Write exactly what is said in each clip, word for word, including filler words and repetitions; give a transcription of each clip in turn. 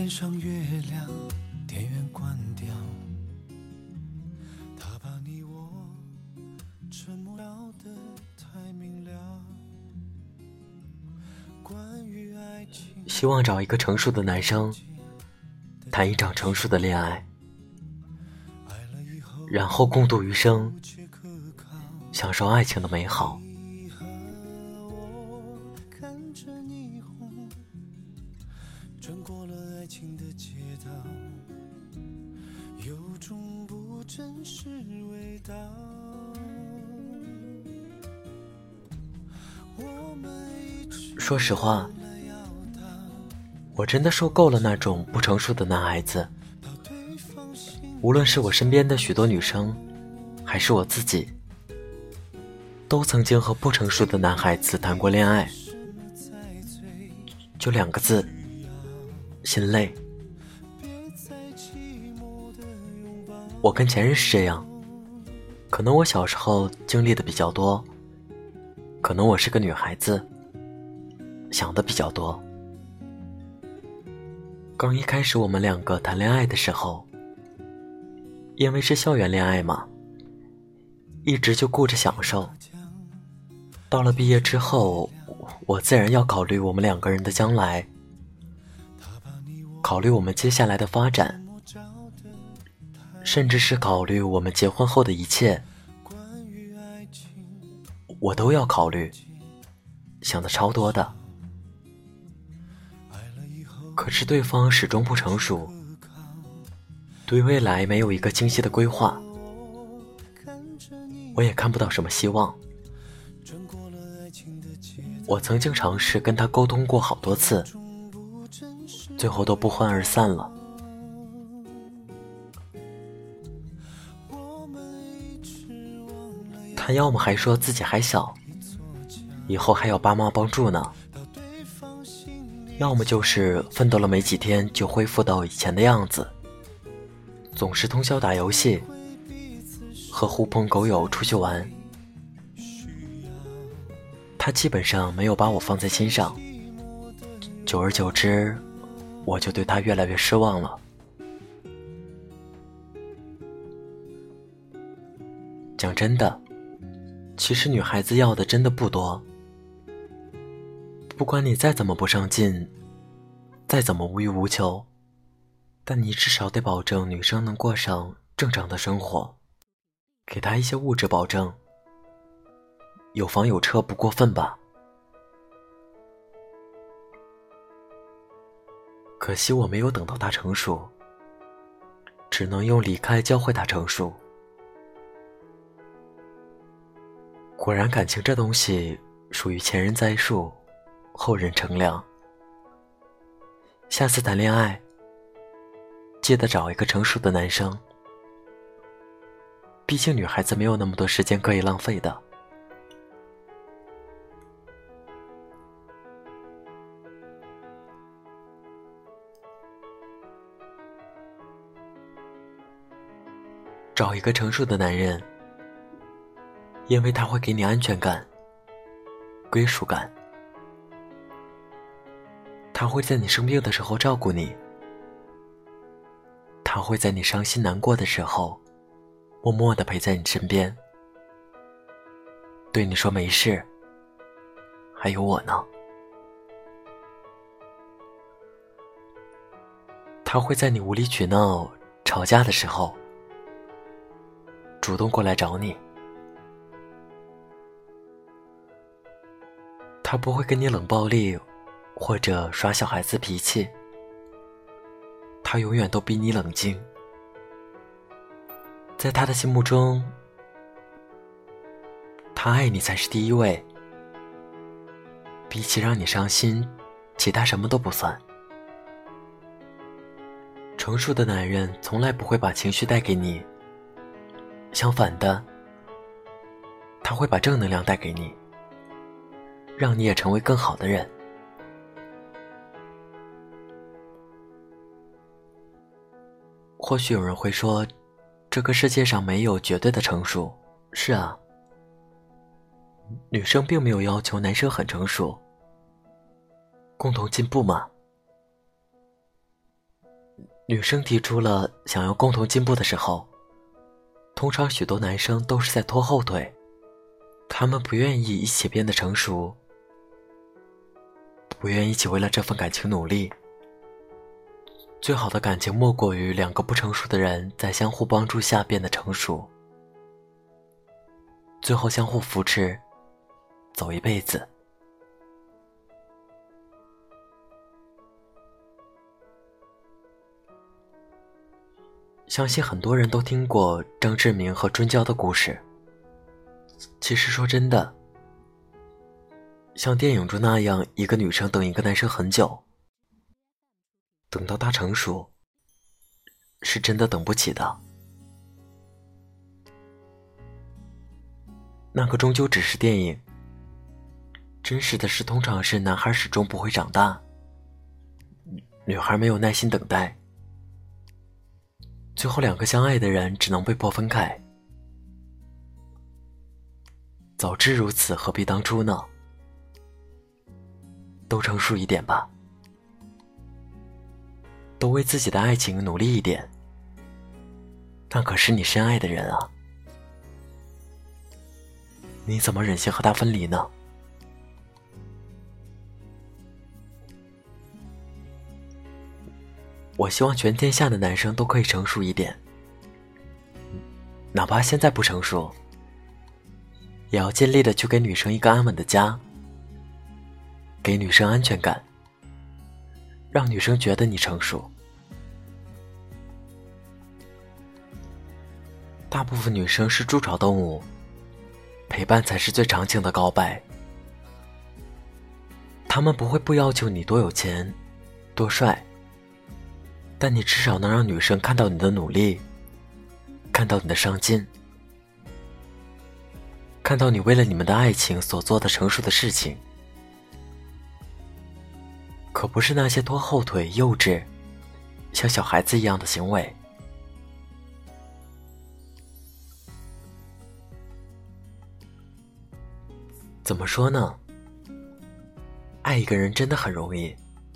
天上月亮，电源关掉，他把你我沉默聊得太明了。关于爱情， 希望找一个成熟的男生，谈一场成熟的恋爱，然后共度余生，享受爱情的美好。 穿过了爱情的街道，有种不真实味道。 说实话，我真的受够了那种不成熟的男孩子。无论是我身边的许多女生，还是我自己，都曾经和不成熟的男孩子谈过恋爱。就两个字，心累。我跟前任是这样，可能我小时候经历的比较多，可能我是个女孩子，想的比较多。刚一开始我们两个谈恋爱的时候，因为是校园恋爱嘛，一直就顾着享受。到了毕业之后，我自然要考虑我们两个人的将来，考虑我们接下来的发展，甚至是考虑我们结婚后的一切，我都要考虑，想的超多的。可是对方始终不成熟，对未来没有一个清晰的规划，我也看不到什么希望。我曾经尝试跟他沟通过好多次，最后都不欢而散了。他要么还说自己还小，以后还有爸妈帮助呢，要么就是奋斗了没几天就恢复到以前的样子，总是通宵打游戏，和狐朋狗友出去玩。他基本上没有把我放在心上，久而久之，我就对他越来越失望了。讲真的，其实女孩子要的真的不多，不管你再怎么不上进，再怎么无欲无求，但你至少得保证女生能过上正常的生活，给她一些物质保证，有房有车不过分吧。可惜我没有等到她成熟，只能用离开教会她成熟。果然感情这东西属于前人栽树，后人乘凉。下次谈恋爱，记得找一个成熟的男生，毕竟女孩子没有那么多时间可以浪费的。找一个成熟的男人，因为他会给你安全感、归属感，他会在你生病的时候照顾你，他会在你伤心难过的时候默默地陪在你身边，对你说没事，还有我呢。他会在你无理取闹吵架的时候主动过来找你，他不会跟你冷暴力或者耍小孩子脾气，他永远都比你冷静。在他的心目中，他爱你才是第一位，比起让你伤心，其他什么都不算。成熟的男人从来不会把情绪带给你，相反的，他会把正能量带给你，让你也成为更好的人。或许有人会说，这个世界上没有绝对的成熟。是啊，女生并没有要求男生很成熟，共同进步嘛。 女生提出了想要共同进步的时候，通常许多男生都是在拖后腿，他们不愿意一起变得成熟，不愿意一起为了这份感情努力。最好的感情莫过于两个不成熟的人在相互帮助下变得成熟，最后相互扶持，走一辈子。相信很多人都听过张志明和春娇的故事。其实说真的，像电影中那样，一个女生等一个男生很久，等到他成熟，是真的等不起的。那个终究只是电影，真实的事通常是男孩始终不会长大，女孩没有耐心等待，最后两个相爱的人只能被迫分开。早知如此，何必当初呢？都成熟一点吧，都为自己的爱情努力一点，那可是你深爱的人啊，你怎么忍心和他分离呢？我希望全天下的男生都可以成熟一点，哪怕现在不成熟，也要尽力的去给女生一个安稳的家，给女生安全感，让女生觉得你成熟。大部分女生是筑巢动物，陪伴才是最长情的告白。她们不会不要求你多有钱多帅，但你至少能让女生看到你的努力，看到你的上进，看到你为了你们的爱情所做的成熟的事情，可不是那些拖后腿幼稚像小孩子一样的行为。怎么说呢？爱一个人真的很容易，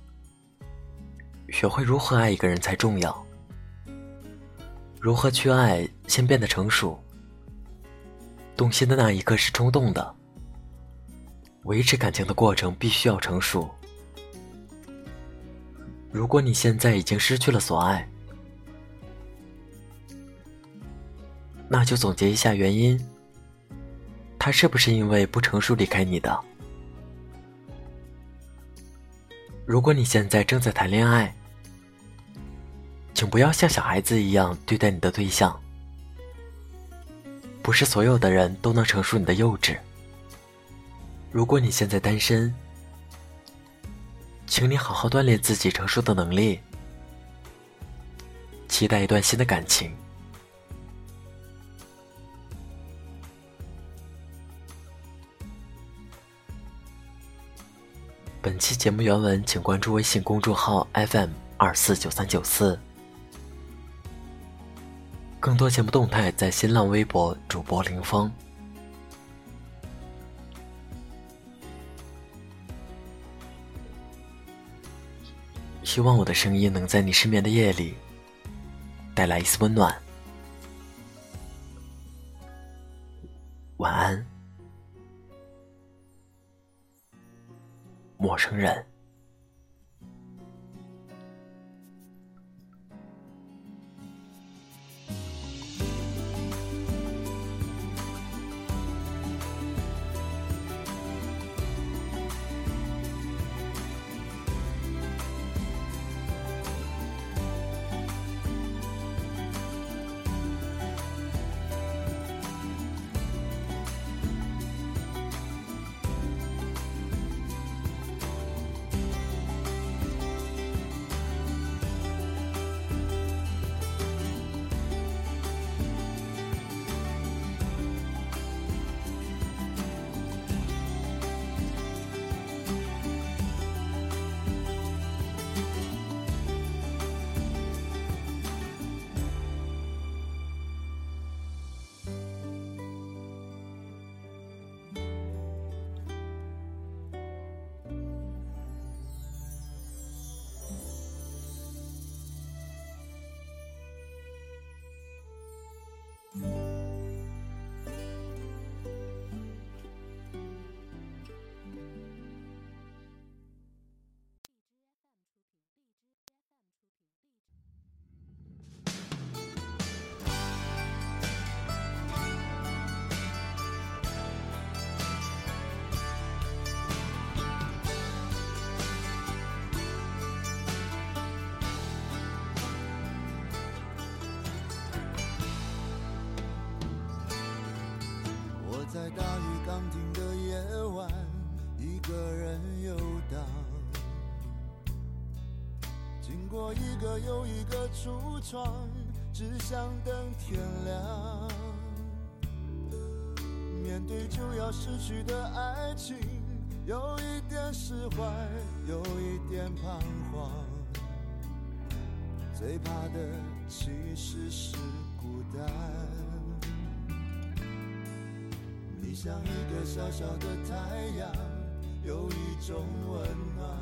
学会如何爱一个人才重要。如何去爱，先变得成熟。动心的那一刻是冲动的，维持感情的过程必须要成熟。如果你现在已经失去了所爱，那就总结一下原因，他是不是因为不成熟离开你的？如果你现在正在谈恋爱，请不要像小孩子一样对待你的对象，不是所有的人都能成熟你的幼稚。如果你现在单身，请你好好锻炼自己成熟的能力，期待一段新的感情。本期节目原文请关注微信公众号 F M 二四九三九四，更多节目动态在新浪微博主播林峰。希望我的声音能在你失眠的夜里带来一丝温暖。晚安，陌生人。 在大雨刚停的夜晚，一个人游荡，经过一个又一个橱窗，只想等天亮。面对就要失去的爱情，有一点释怀，有一点彷徨。最怕的其实是孤单。你像一个小小的太阳，有一种温暖，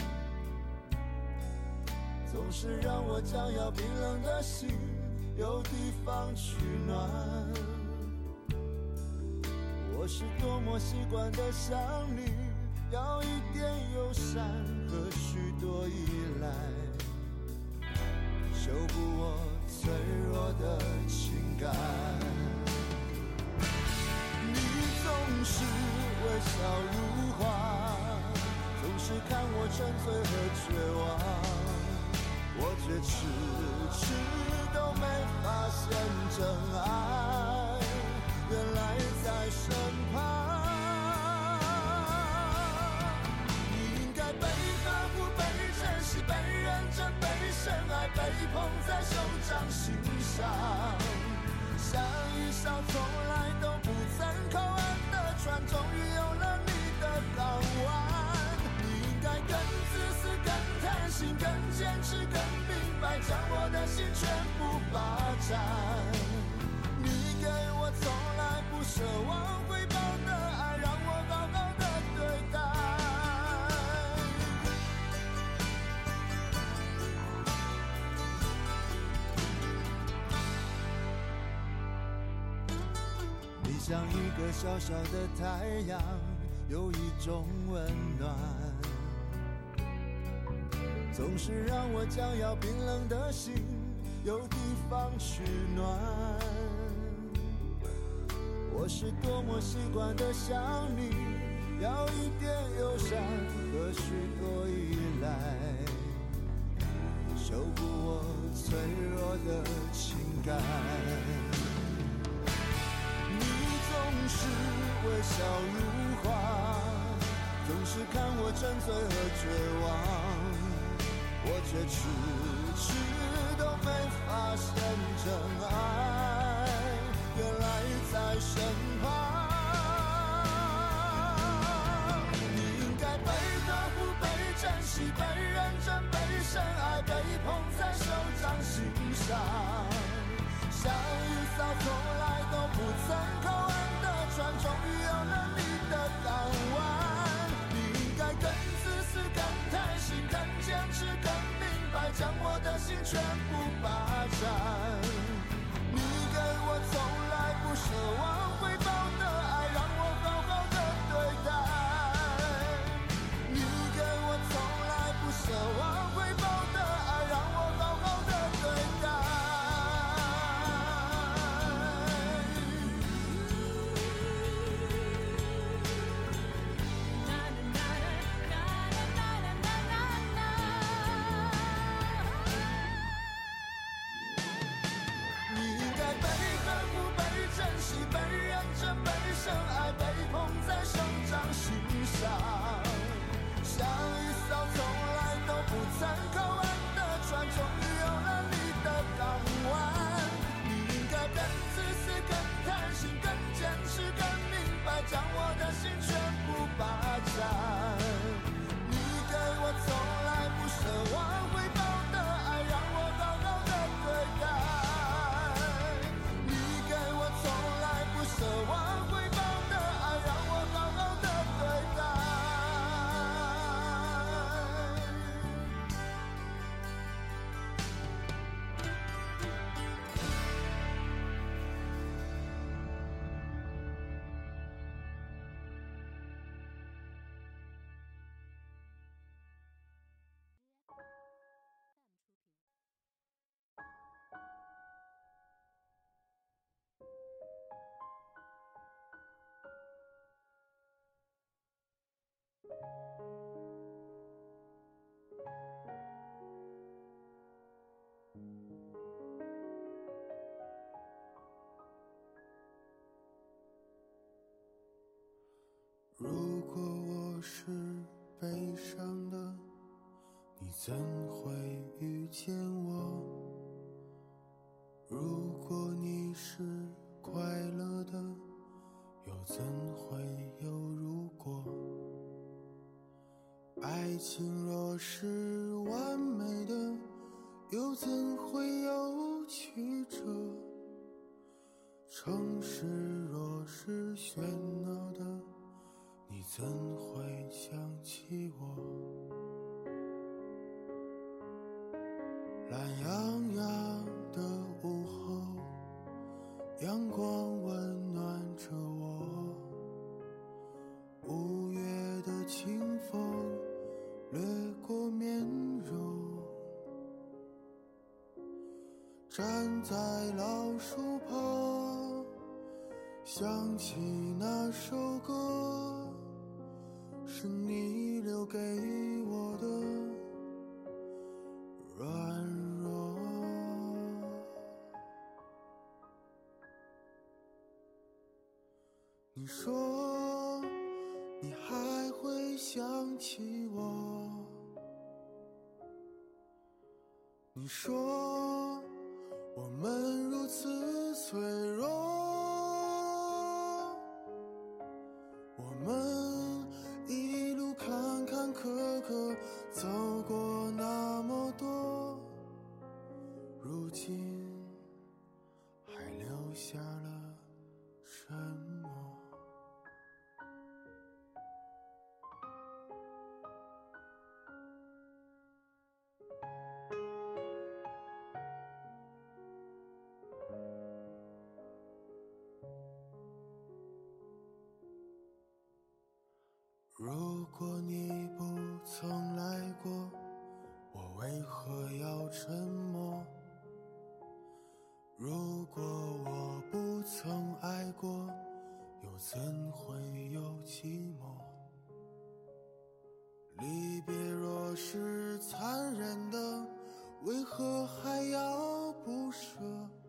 总是让我将要冰冷的心有地方取暖。我是多么习惯的想你，要一点友善和许多依赖，修补我脆弱的情感。你总是微笑如花，总是看我沉醉和绝望，我却迟迟都没发现真爱原来在身旁。你应该被呵护、被珍惜、被认真、被深爱，被捧在手掌心上，像一艘从来都不曾靠岸的船，终于有了你的港湾。你应该更自私、更贪心、更坚持、更明白，将我的心全部霸占。你给我从来不奢望回报的爱，让我好好的对待。你像一个小小的太阳，有一种温暖，总是让我将要冰冷的心有地方取暖。我是多么习惯的想你，要一点友善和许多依赖，修补我脆弱的情感。你总是微笑如花，总是看我沉醉和绝望，我却迟迟都没发现真爱原来在身旁。你应该被呵护、被珍惜、被认真、被深爱，被捧在手掌心上，像一艘从来都不曾靠岸的船，终于有了你的港湾。你应该更自私、更贪心、更坚持、更明白，将我的心全部霸占。你给我从来不奢望回报的爱，让我好好的对待。你给我从来不奢望回报的爱，让我好好的对待。 如果我是悲伤的，你怎会遇见我？如果你是快乐的，又怎会有如果？爱情若是完美的，又怎会有曲折？城市若是喧闹的，你怎会想起我？懒洋洋的午后，阳光温暖着我，五月的清风掠过面容，站在老树旁，想起那首歌，是你留给我的软弱。你说你还会想起我，你说我们如此脆弱，我们一路坎坎坷坷走过那么多，如今还留下了什么？如果你不曾来过，我为何要沉默？如果我不曾爱过，又怎会有寂寞？离别若是残忍的，为何还要不舍？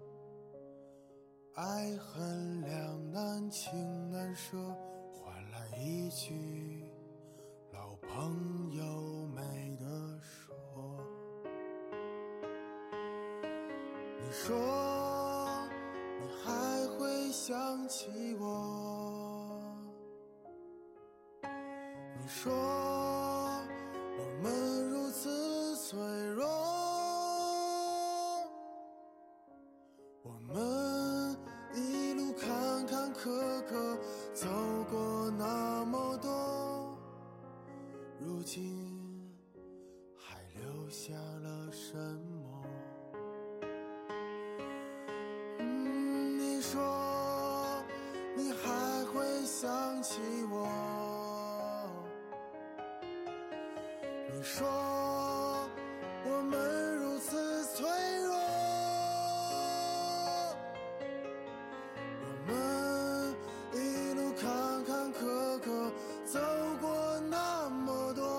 爱恨两难，情难舍，换来一句老朋友没得说。你说你还会想起我，你说我们如此脆弱，我们一路坎坎坷坷走过那么多，如今还留下了什么？嗯，你说你还会想起我，你说我们如此脆弱，我们一路坎坎坷坷走过那么多，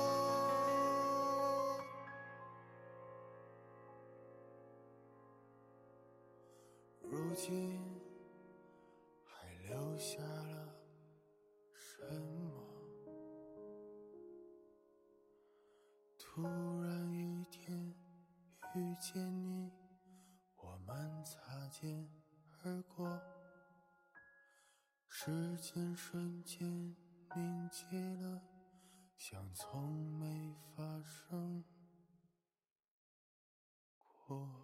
如今还留下了什么？突然一天遇见你，我们擦肩而过，时间瞬间凝结了，像从没发生过。